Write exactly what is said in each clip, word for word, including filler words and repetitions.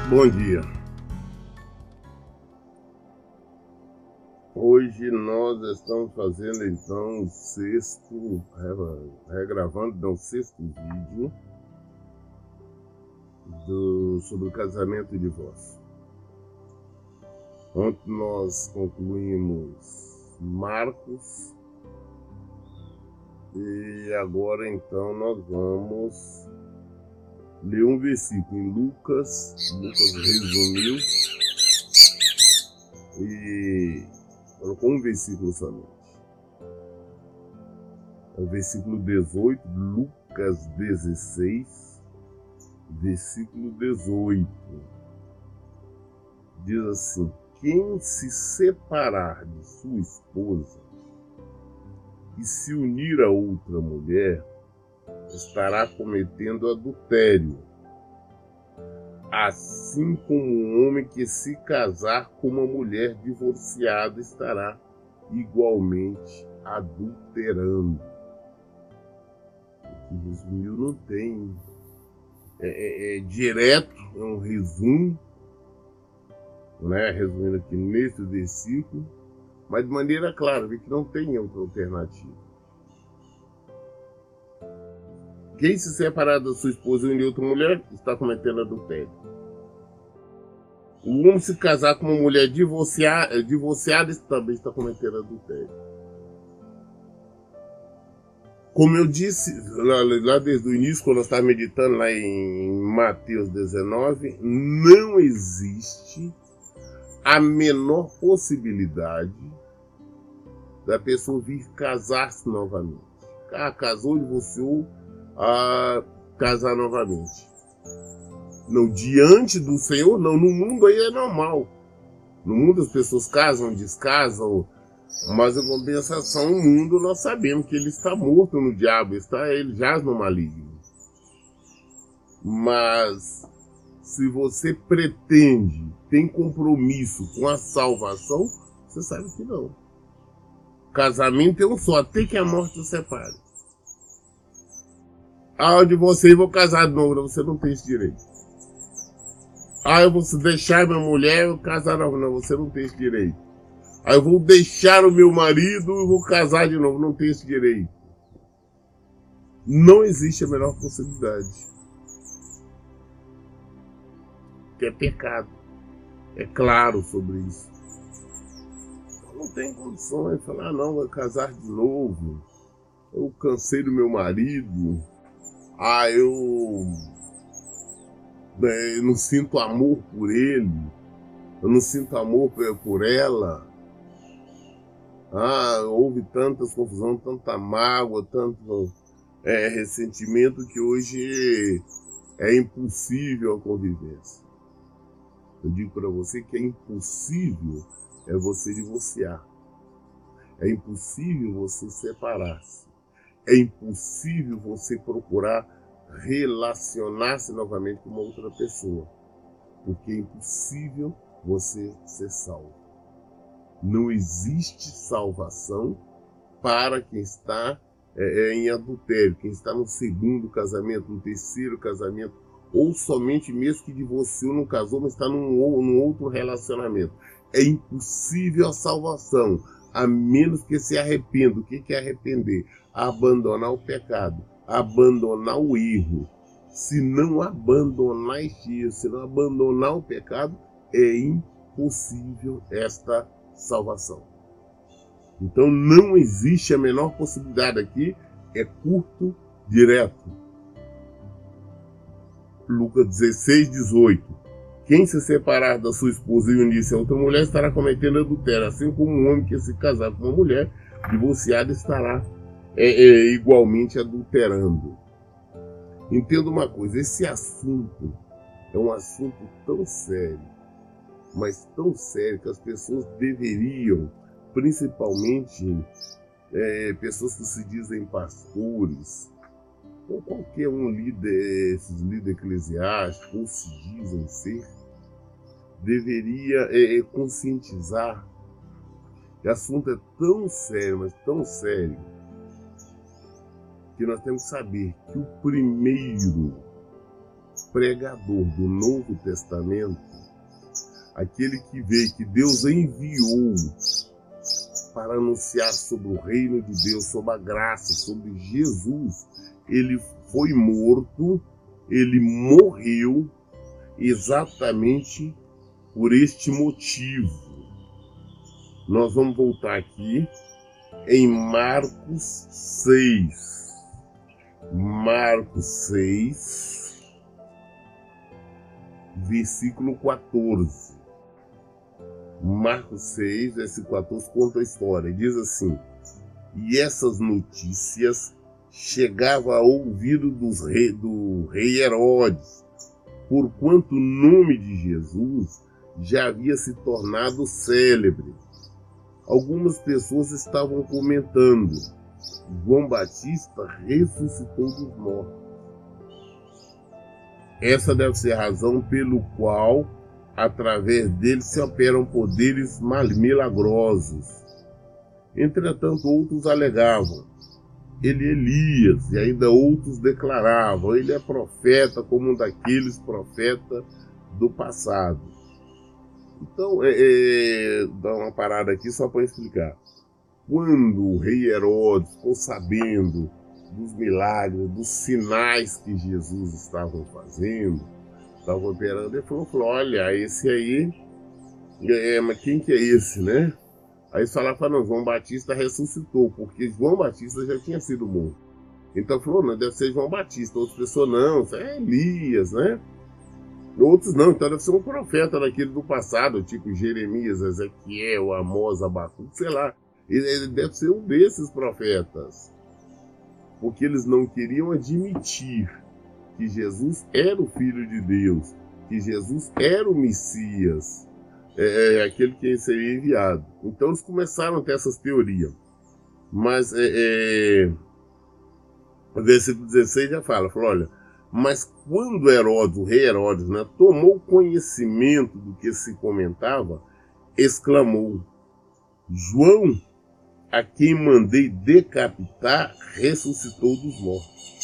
Bom dia. Hoje nós estamos fazendo então o sexto, regravando então, o sexto vídeo do, sobre o casamento e divórcio. Ontem nós concluímos Marcos e agora então nós vamos ler um versículo em Lucas. Lucas resumiu e colocou um versículo somente. É o versículo dezoito, Lucas dezesseis, versículo dezoito. Diz assim: quem se separar de sua esposa e se unir a outra mulher, estará cometendo adultério, assim como um homem que se casar com uma mulher divorciada estará igualmente adulterando. O que resumiu não tem, é, é, é direto, é um resumo, né? Resumindo aqui nesse versículo, mas de maneira clara, vê que não tem outra alternativa. Quem se separar da sua esposa e unir outra mulher está cometendo adultério. O homem se casar com uma mulher divorciada, divorciada também está cometendo adultério. Como eu disse lá, lá desde o início, quando nós estávamos meditando lá em Mateus dezenove, não existe a menor possibilidade da pessoa vir casar-se novamente. Ah, casou, divorciou, a casar novamente. Não, diante do Senhor, não. No mundo aí é normal. No mundo as pessoas casam, descasam, mas em compensação, o mundo nós sabemos que ele está morto no diabo, está, ele jaz no maligno. Mas se você pretende, tem compromisso com a salvação, você sabe que não. Casamento é um só, até que a morte o separe. Ah, eu divorciei e vou casar de novo. Você não tem esse direito. Ah, eu vou deixar minha mulher e vou casar de novo. Não, você não tem esse direito. Ah, eu vou deixar o meu marido e vou casar de novo. Não tem esse direito. Não existe a menor possibilidade. Que é pecado. É claro sobre isso. Não tem condições de falar, ah, não, vou casar de novo. Eu cansei do meu marido. Ah, eu, eu não sinto amor por ele, eu não sinto amor por ela. Ah, houve tantas confusões, tanta mágoa, tanto é, ressentimento que hoje é impossível a convivência. Eu digo para você que é impossível é você divorciar. É impossível você separar-se. É impossível você procurar relacionar-se novamente com uma outra pessoa, porque é impossível você ser salvo. Não existe salvação para quem está é, em adultério, quem está no segundo casamento, no terceiro casamento, ou somente mesmo que divorciou, não casou, mas está num, num outro relacionamento. É impossível a salvação, a menos que se arrependa. O que é arrepender? Abandonar o pecado, abandonar o erro. Se não abandonar este erro, se não abandonar o pecado, é impossível esta salvação. Então não existe a menor possibilidade aqui, é curto, direto. Lucas dezesseis, dezoito. Quem se separar da sua esposa e unir-se a outra mulher estará cometendo adultério, assim como um homem que se casar com uma mulher divorciada estará é, é, igualmente adulterando. Entenda uma coisa, esse assunto é um assunto tão sério, mas tão sério que as pessoas deveriam, principalmente é, pessoas que se dizem pastores, ou qualquer um líder, esses líderes eclesiásticos, ou se dizem ser, deveria é, conscientizar que o assunto é tão sério, mas tão sério, que nós temos que saber que o primeiro pregador do Novo Testamento, aquele que veio, que Deus enviou para anunciar sobre o reino de Deus, sobre a graça, sobre Jesus, ele foi morto, ele morreu exatamente por este motivo. Nós vamos voltar aqui em Marcos seis. Marcos seis, versículo quatorze. Marcos seis, versículo quatorze, conta a história. Diz assim: e essas notícias chegavam ao ouvido dos rei, do rei Herodes, porquanto o nome de Jesus já havia se tornado célebre. Algumas pessoas estavam comentando: João Batista ressuscitou dos mortos. Essa deve ser a razão pelo qual, através dele, se operam poderes milagrosos. Entretanto, outros alegavam: ele é Elias, e ainda outros declaravam: ele é profeta, como um daqueles profetas do passado. Então, é, é, dá uma parada aqui só para explicar. Quando o rei Herodes ficou sabendo dos milagres, dos sinais que Jesus estava fazendo, estava operando, ele falou, falou, olha, esse aí, é, mas quem que é esse, né? Aí eles falaram, não, João Batista ressuscitou, porque João Batista já tinha sido morto. Então falou, não, deve ser João Batista. Outras pessoas, não, isso é Elias, né? Outros não, então deve ser um profeta daquele do passado, tipo Jeremias, Ezequiel, Amós, Abacuque, sei lá. Ele deve ser um desses profetas. Porque eles não queriam admitir que Jesus era o Filho de Deus, que Jesus era o Messias, é, é, aquele que seria enviado. Então eles começaram a ter essas teorias. Mas é, é, o versículo dezesseis já fala, fala, olha, mas quando Herodes, o rei Herodes, né, tomou conhecimento do que se comentava, exclamou, João, a quem mandei decapitar, ressuscitou dos mortos.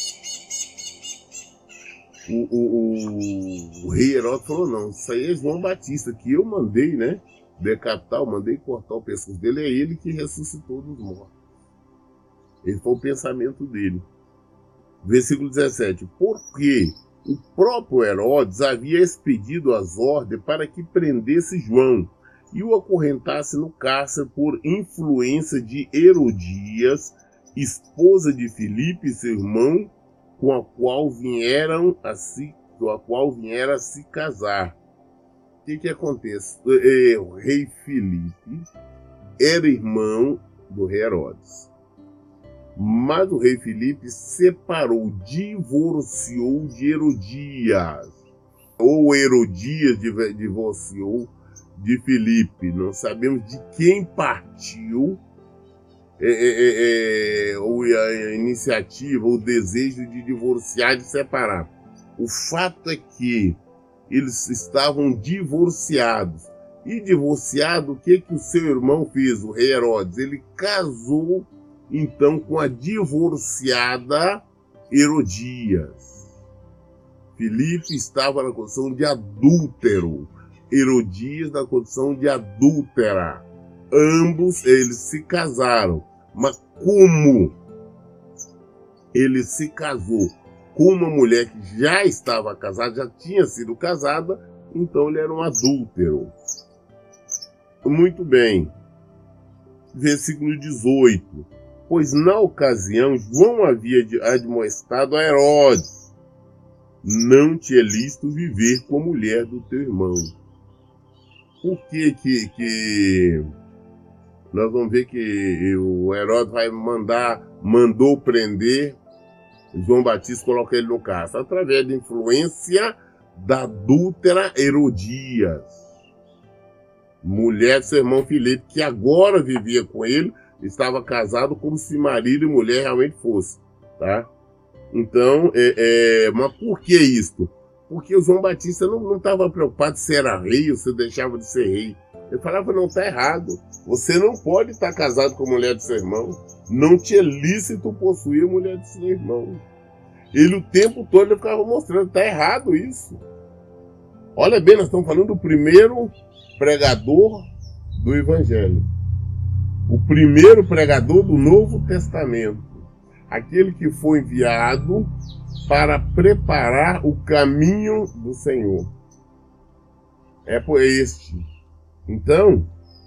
O, o, o, o rei Herodes falou, não, isso aí é João Batista, que eu mandei, né, decapitar, eu mandei cortar o pescoço dele, é ele que ressuscitou dos mortos. Esse foi o pensamento dele. Versículo dezessete, porque o próprio Herodes havia expedido as ordens para que prendesse João e o acorrentasse no cárcere por influência de Herodias, esposa de Filipe, seu irmão, com a qual vieram a se, com a qual viera a se casar. O que que acontece? O rei Filipe era irmão do rei Herodes. Mas o rei Filipe separou, divorciou de Herodias. Ou Herodias divorciou de Filipe. Não sabemos de quem partiu é, é, é, ou a iniciativa, o desejo de divorciar, de separar. O fato é que eles estavam divorciados. E divorciado, o que, que o seu irmão fez, o rei Herodes? Ele casou então com a divorciada Herodias. Filipe estava na condição de adúltero, Herodias na condição de adúltera. Ambos eles se casaram, mas como ele se casou com uma mulher que já estava casada, já tinha sido casada, então ele era um adúltero. Muito bem. Versículo dezoito. Pois na ocasião João havia admoestado a Herodes, não te é lícito viver com a mulher do teu irmão. Por que que, que nós vamos ver que o Herodes vai mandar, mandou prender João Batista, coloca ele no cárcere, através da influência da adúltera Herodias, mulher do seu irmão Filipe, que agora vivia com ele, estava casado como se marido e mulher realmente fosse, tá? Então, é, é, mas por que isto? Porque o João Batista não estava preocupado se era rei ou se deixava de ser rei. Ele falava, não, está errado. Você não pode estar casado com a mulher do seu irmão. Não te é lícito possuir a mulher do seu irmão. Ele o tempo todo ele ficava mostrando, está errado isso. Olha bem, nós estamos falando do primeiro pregador do Evangelho. O primeiro pregador do Novo Testamento. Aquele que foi enviado para preparar o caminho do Senhor. É por este. Então,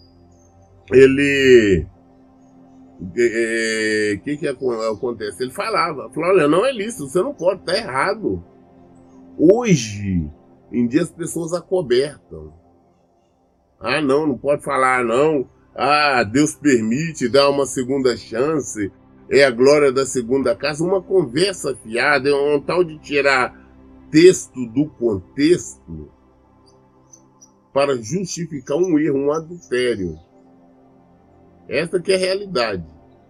ele... O é, que, que acontece? Ele falava, falava, olha, não é lícito, você não pode, está errado. Hoje, em dia, as pessoas acobertam. Ah, não, não pode falar, não. Ah, Deus permite dar uma segunda chance. É a glória da segunda casa. Uma conversa fiada, é um tal de tirar texto do contexto para justificar um erro, um adultério. Essa que é a realidade.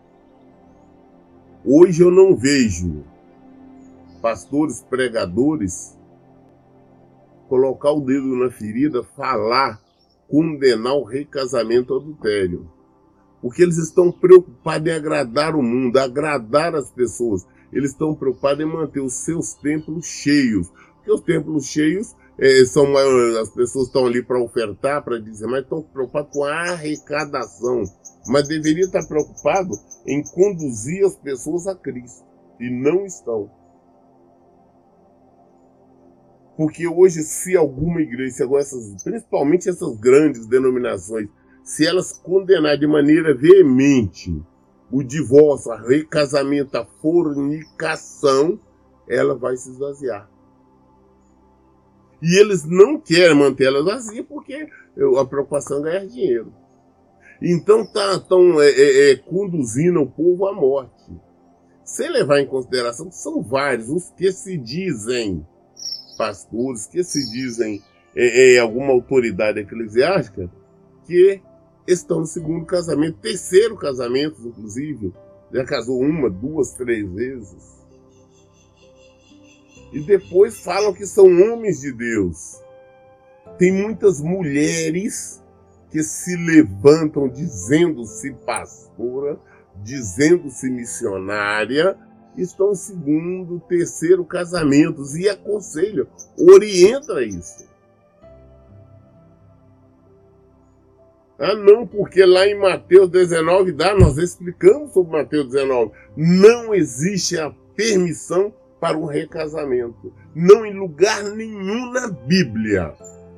Hoje eu não vejo pastores, pregadores colocar o dedo na ferida, falar, condenar o recasamento adultério. Porque eles estão preocupados em agradar o mundo, agradar as pessoas. Eles estão preocupados em manter os seus templos cheios. Porque os templos cheios é, são maiores, as pessoas estão ali para ofertar, para dizer, mas estão preocupados com a arrecadação. Mas deveria estar preocupado em conduzir as pessoas a Cristo. E não estão. Porque hoje, se alguma igreja, agora essas, principalmente essas grandes denominações, se elas condenarem de maneira veemente o divórcio, o recasamento, a fornicação, ela vai se esvaziar. E eles não querem manter ela vazia porque a preocupação é ganhar dinheiro. Então estão é, é, é, conduzindo o povo à morte. Sem levar em consideração que são vários os que se dizem pastores, que se dizem é, é, alguma autoridade eclesiástica, que estão no segundo casamento, terceiro casamento, inclusive. Já casou uma, duas, três vezes. E depois falam que são homens de Deus. Tem muitas mulheres que se levantam dizendo-se pastora, dizendo-se missionária, estão em segundo, terceiro casamentos e aconselham, orienta isso. Ah, não, porque lá em Mateus dezenove dá, nós explicamos sobre Mateus dezenove, não existe a permissão para um recasamento. Não em lugar nenhum na Bíblia.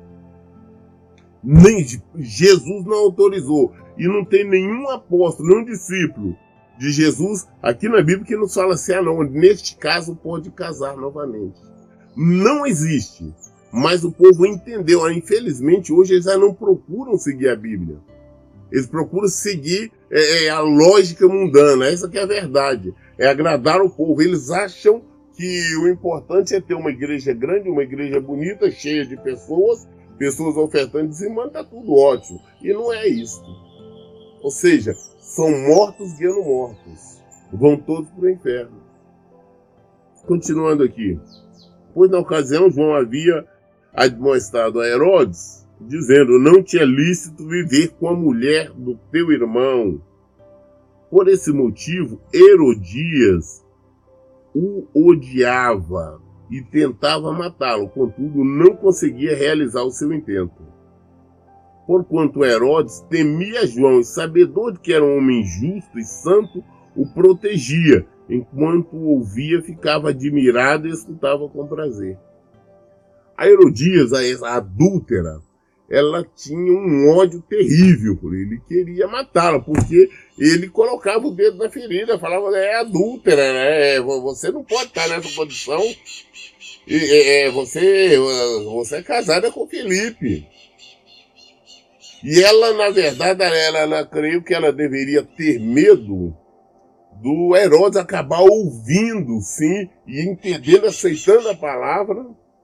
Nem Jesus não autorizou. E não tem nenhum apóstolo, nenhum discípulo de Jesus aqui na Bíblia que nos fala assim, ah não, neste caso pode casar novamente. Não existe. Mas o povo entendeu. Ah, infelizmente, hoje eles já não procuram seguir a Bíblia. Eles procuram seguir é, a lógica mundana. Essa que é a verdade. É agradar o povo. Eles acham que o importante é ter uma igreja grande, uma igreja bonita, cheia de pessoas, pessoas ofertando, dizimando, está tudo ótimo. E não é isso. Ou seja, são mortos guiando mortos. Vão todos para o inferno. Continuando aqui. Pois na ocasião João havia admoestado a Herodes, dizendo, não te é lícito viver com a mulher do teu irmão. Por esse motivo, Herodias o odiava e tentava matá-lo, contudo não conseguia realizar o seu intento. Porquanto Herodes temia João e, sabedor de que era um homem justo e santo, o protegia, enquanto o ouvia, ficava admirado e escutava com prazer. A Herodias, a adúltera, ela tinha um ódio terrível por ele, queria matá-la, porque ele colocava o dedo na ferida, falava, é adúltera, né? Você não pode estar nessa condição, é, você, você é casada com Felipe. E ela, na verdade, ela, ela creio que ela deveria ter medo do Herodes acabar ouvindo, sim, e entendendo, aceitando a palavra,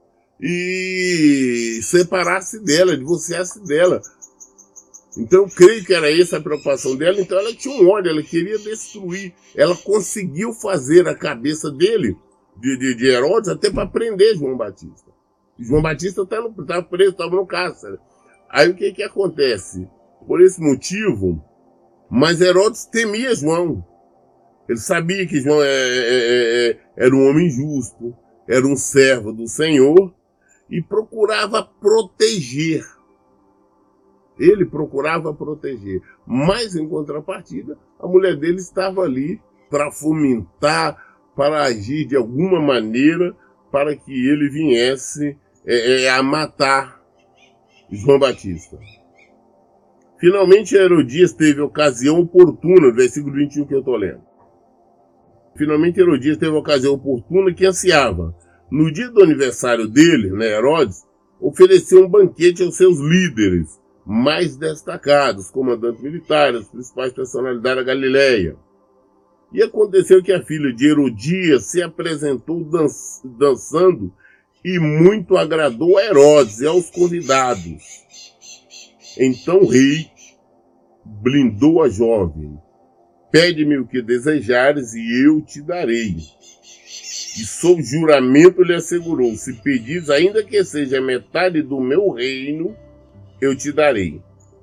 e separar-se dela, divorciar-se dela. Então eu creio que era essa a preocupação dela. Então ela tinha um ódio, ela queria destruir. Ela conseguiu fazer a cabeça dele, de, de, de Herodes, até para prender João Batista. João Batista estava preso, estava no cárcere. Aí o que que acontece? Por esse motivo, mas Herodes temia João. Ele sabia que João é, é, é, era um homem justo, era um servo do Senhor e procurava proteger. Ele procurava proteger. Mas, em contrapartida, a mulher dele estava ali para fomentar, para agir de alguma maneira para que ele viesse é, é, a matar João Batista. Finalmente, Herodias teve ocasião oportuna, versículo vinte e um que eu estou lendo. Finalmente, Herodias teve ocasião oportuna que ansiava. No dia do aniversário dele, né, Herodes, ofereceu um banquete aos seus líderes mais destacados, comandantes militares, as principais personalidades da Galileia. E aconteceu que a filha de Herodias se apresentou dan dançando e muito agradou a Herodes e aos convidados. Então o rei blindou a jovem. Pede-me o que desejares e eu te darei. E sob juramento lhe assegurou, se pedires ainda que seja metade do meu reino, eu te darei.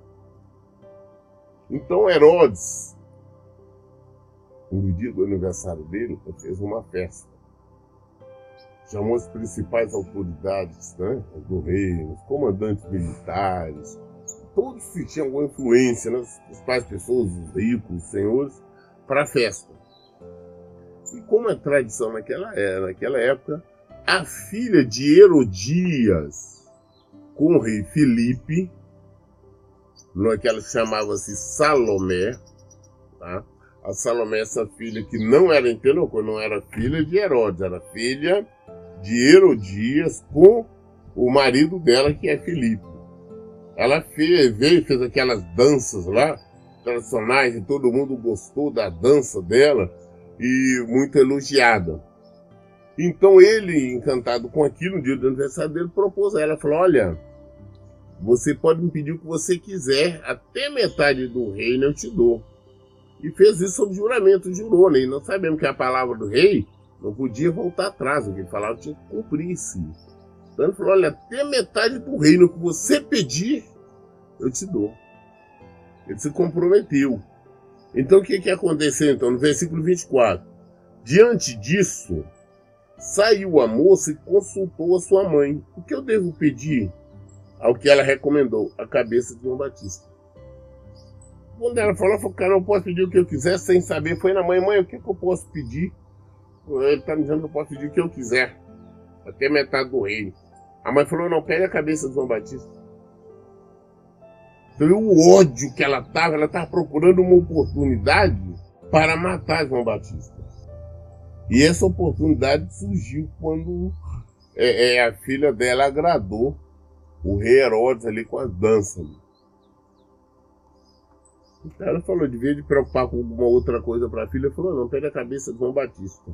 Então Herodes, no dia do aniversário dele, fez uma festa. Chamou as principais autoridades, né, do reino, os comandantes militares, todos que tinham alguma influência, né, as principais pessoas, os ricos, os senhores, para a festa. E como é tradição naquela, naquela época, a filha de Herodias com o rei Filipe, naquela que chamava-se Salomé, tá? A Salomé, essa filha que não era interlocutora, não era filha de Herodes, era filha de Herodias com o marido dela, que é Filipe. Ela fez, veio, fez aquelas danças lá, tradicionais, e todo mundo gostou da dança dela, e muito elogiada. Então ele, encantado com aquilo, no dia do aniversário dele, propôs a ela, falou, olha, você pode me pedir o que você quiser, até metade do reino eu te dou. E fez isso sob juramento, jurou, né? E nós sabemos que a palavra do rei não podia voltar atrás, o que ele falava tinha que cumprir-se. Então ele falou, olha, até metade do reino que você pedir, eu te dou. Ele se comprometeu. Então o que, que aconteceu então? No versículo vinte e quatro. Diante disso, saiu a moça e consultou a sua mãe. O que eu devo pedir? Ao que ela recomendou, a cabeça de João Batista. Quando ela falou, ela falou, cara, eu posso pedir o que eu quiser, sem saber. Foi na mãe, mãe, o que, que eu posso pedir? Ele está me dizendo que eu posso pedir o que eu quiser. Até metade do reino. A mãe falou, não, pede a cabeça de João Batista. Então, o ódio que ela estava, ela estava procurando uma oportunidade para matar João Batista. E essa oportunidade surgiu quando é, é, a filha dela agradou o rei Herodes ali com as danças. Então ela falou, de vez de preocupar com alguma outra coisa para a filha, falou, não, pede a cabeça de João Batista.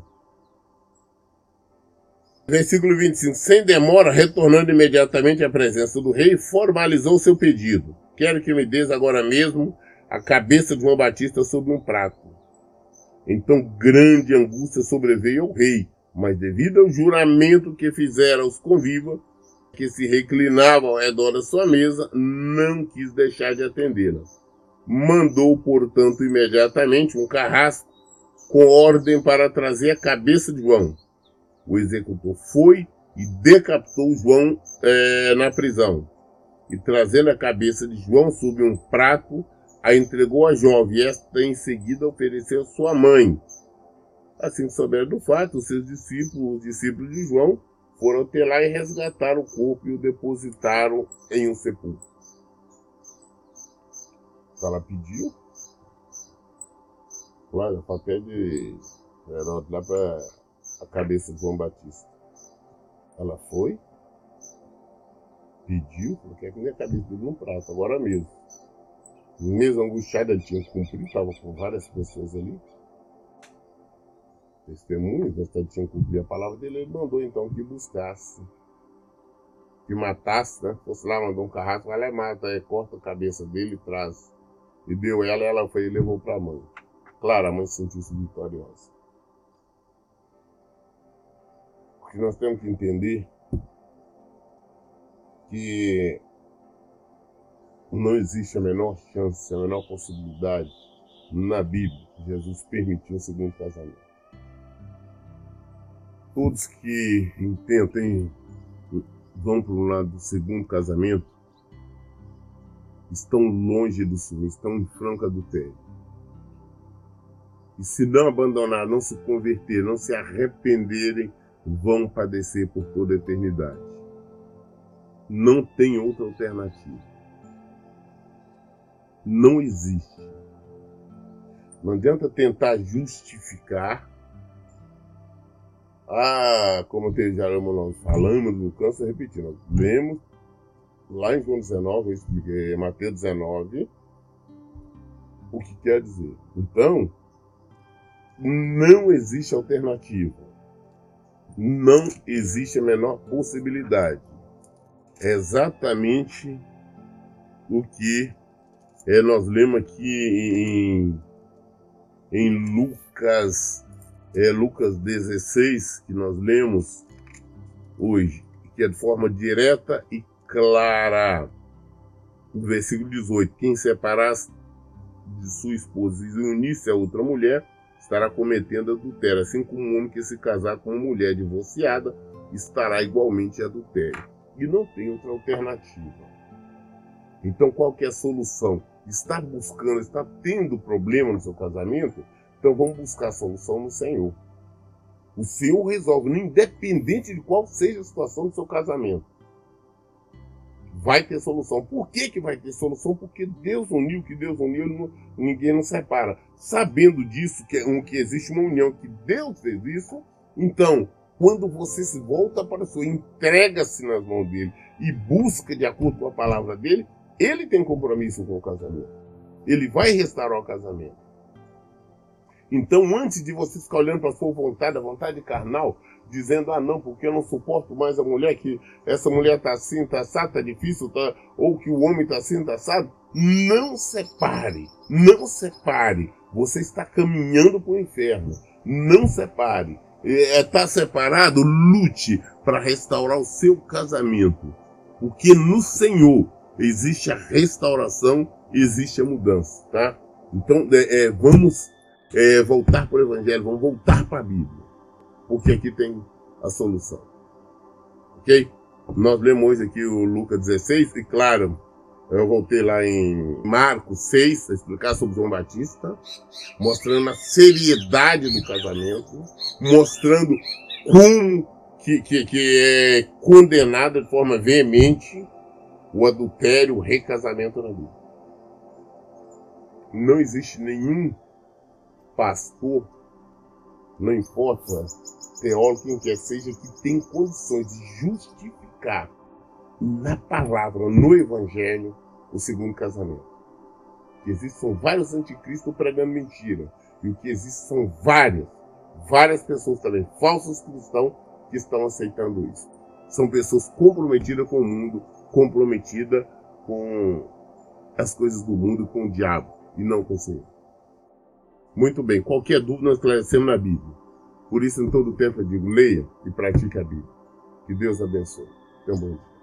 Versículo vinte e cinco. Sem demora, retornando imediatamente à presença do rei, formalizou seu pedido. Quero que me des agora mesmo a cabeça de João Batista sobre um prato. Então grande angústia sobreveio ao rei, mas devido ao juramento que fizera aos convivas, que se reclinavam ao redor da sua mesa, não quis deixar de atendê-la. Mandou, portanto, imediatamente um carrasco com ordem para trazer a cabeça de João. O executor foi e decapitou João é, na prisão. E trazendo a cabeça de João sob um prato, a entregou à jovem, e esta em seguida ofereceu a sua mãe. Assim que souberam do fato, os seus discípulos, os discípulos de João, foram até lá e resgataram o corpo e o depositaram em um sepulcro. Ela pediu, claro, o papel de Herodes lá para a cabeça de João Batista. Ela foi, pediu, falou que queria a cabeça dele num prato, agora mesmo. Mesmo angustiada, ele tinha que cumprir, estava com várias pessoas ali. Testemunhas, mas ele tinha que cumprir a palavra dele, ele mandou então que buscasse, que matasse, né? Fosse lá, mandou um carrasco, vai lá e mata, aí corta a cabeça dele e traz. E deu ela, ela foi e levou para a mãe. Claro, a mãe sentiu-se vitoriosa. Porque nós temos que entender que não existe a menor chance, a menor possibilidade na Bíblia que Jesus permitiu o segundo casamento. Todos que intentem, vão para o lado do segundo casamento, estão longe do Senhor, estão em franco adultério. E se não abandonar, não se converter, não se arrependerem, vão padecer por toda a eternidade. Não tem outra alternativa. Não existe. Não adianta tentar justificar. Ah, como já nós falamos no câncer, repetindo, nós lemos lá em João dezenove, eu expliquei, Mateus dezenove, o que quer dizer. Então, não existe alternativa. Não existe a menor possibilidade. É exatamente o que é, nós lemos aqui em, em Lucas, é, Lucas dezesseis, que nós lemos hoje, que é de forma direta e clara. O versículo dezoito: quem separar de sua esposa e unir-se a outra mulher, estará cometendo adultério, assim como um homem que se casar com uma mulher divorciada estará igualmente em adultério. E não tem outra alternativa. Então, qual que é a solução? Está buscando, está tendo problema no seu casamento? Então vamos buscar a solução no Senhor. O Senhor resolve, independente de qual seja a situação do seu casamento. Vai ter solução. Por que que vai ter solução? Porque Deus uniu, que Deus uniu, não, ninguém não separa. Sabendo disso, que, um, que existe uma união, que Deus fez isso, então, quando você se volta para o Senhor, entrega-se nas mãos dele e busca de acordo com a palavra dele, ele tem compromisso com o casamento. Ele vai restaurar o casamento. Então, antes de você ficar olhando para a sua vontade, a vontade carnal, dizendo, ah não, porque eu não suporto mais a mulher, que essa mulher está assim, está assado, está difícil, tá, ou que o homem está assim, está assado, não separe, não separe. Você está caminhando para o inferno. Não separe. Está é, separado, lute para restaurar o seu casamento. Porque no Senhor existe a restauração, existe a mudança, tá? Então, é, é, vamos é, voltar para o Evangelho, vamos voltar para a Bíblia. Porque aqui tem a solução. Ok? Nós lemos hoje aqui o Lucas dezesseis, e claro, eu voltei lá em Marcos seis, a explicar sobre João Batista, mostrando a seriedade do casamento, mostrando como que, que, que é condenado de forma veemente o adultério, o recasamento na Bíblia. Não existe nenhum pastor, não importa, teólogo, quem quer seja, que tem condições de justificar na palavra, no Evangelho, o segundo casamento. O que existe são vários anticristos pregando mentira. E o que existe são várias, várias pessoas também, falsos cristãos, que estão aceitando isso. São pessoas comprometidas com o mundo, comprometidas com as coisas do mundo, com o diabo, e não com o Senhor. Muito bem, qualquer dúvida nós esclarecemos na Bíblia. Por isso, em todo tempo eu digo, leia e pratique a Bíblia. Que Deus abençoe. Tenha um bom dia.